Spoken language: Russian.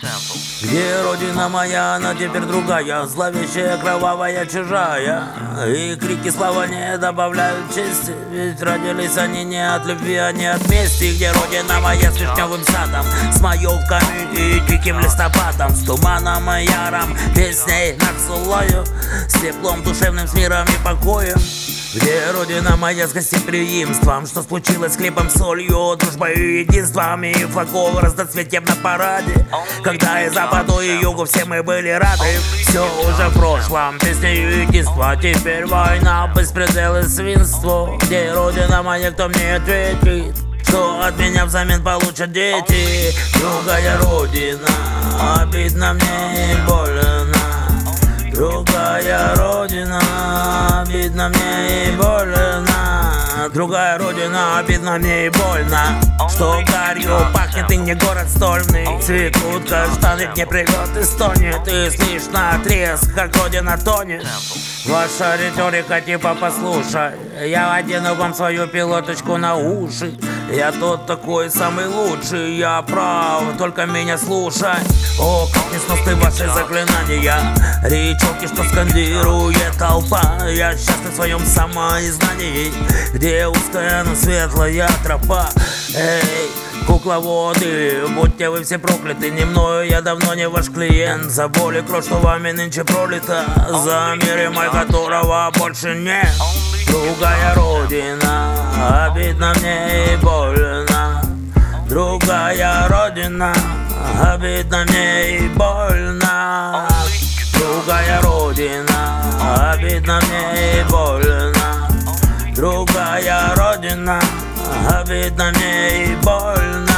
Где родина моя, она теперь другая, зловещая, кровавая, чужая. И крики слова не добавляют чести, ведь родились они не от любви, а не от мести. Где родина моя с вишневым садом, с маёвками и диким листопадом, с туманом и яром, песней надсылаю, с теплом душевным, с миром и покоем. Где родина моя с гостеприимством, что случилось с хлебом, солью, дружбой и единством, и флагов разноцветьем на параде, когда и западу, и югу все мы были рады. Все уже в прошлом, песня и единство, теперь война, беспредел и свинство. Где родина моя, кто мне ответит, что от меня взамен получат дети? Другая родина, обидно мне и больно. Другая родина, обидно мне и больно. Другая родина, обидно мне и больно. Что гарью пахнет и не город стольный. Цветут каштаны, мне прилет и стонет. И слышно треск, как родина тонет. Ваша риторика типа послушай, я одену вам свою пилоточку на уши. Я тот такой самый лучший, я прав, только меня слушай. О, как несносны ваши заклинания, речевки, что скандирует толпа. Я счастлив в своем самоизнании, где узкая, но светлая тропа. Эй, кукловоды, будьте вы все прокляты, не мною, я давно не ваш клиент. За боль и кровь, что вами нынче пролита, за мир, мой которого больше нет. Другая родина, обидно мне и больно. Другая родина, обидно мне и больно. Другая родина, обидно мне и больно. Другая родина, обидно мне и больно.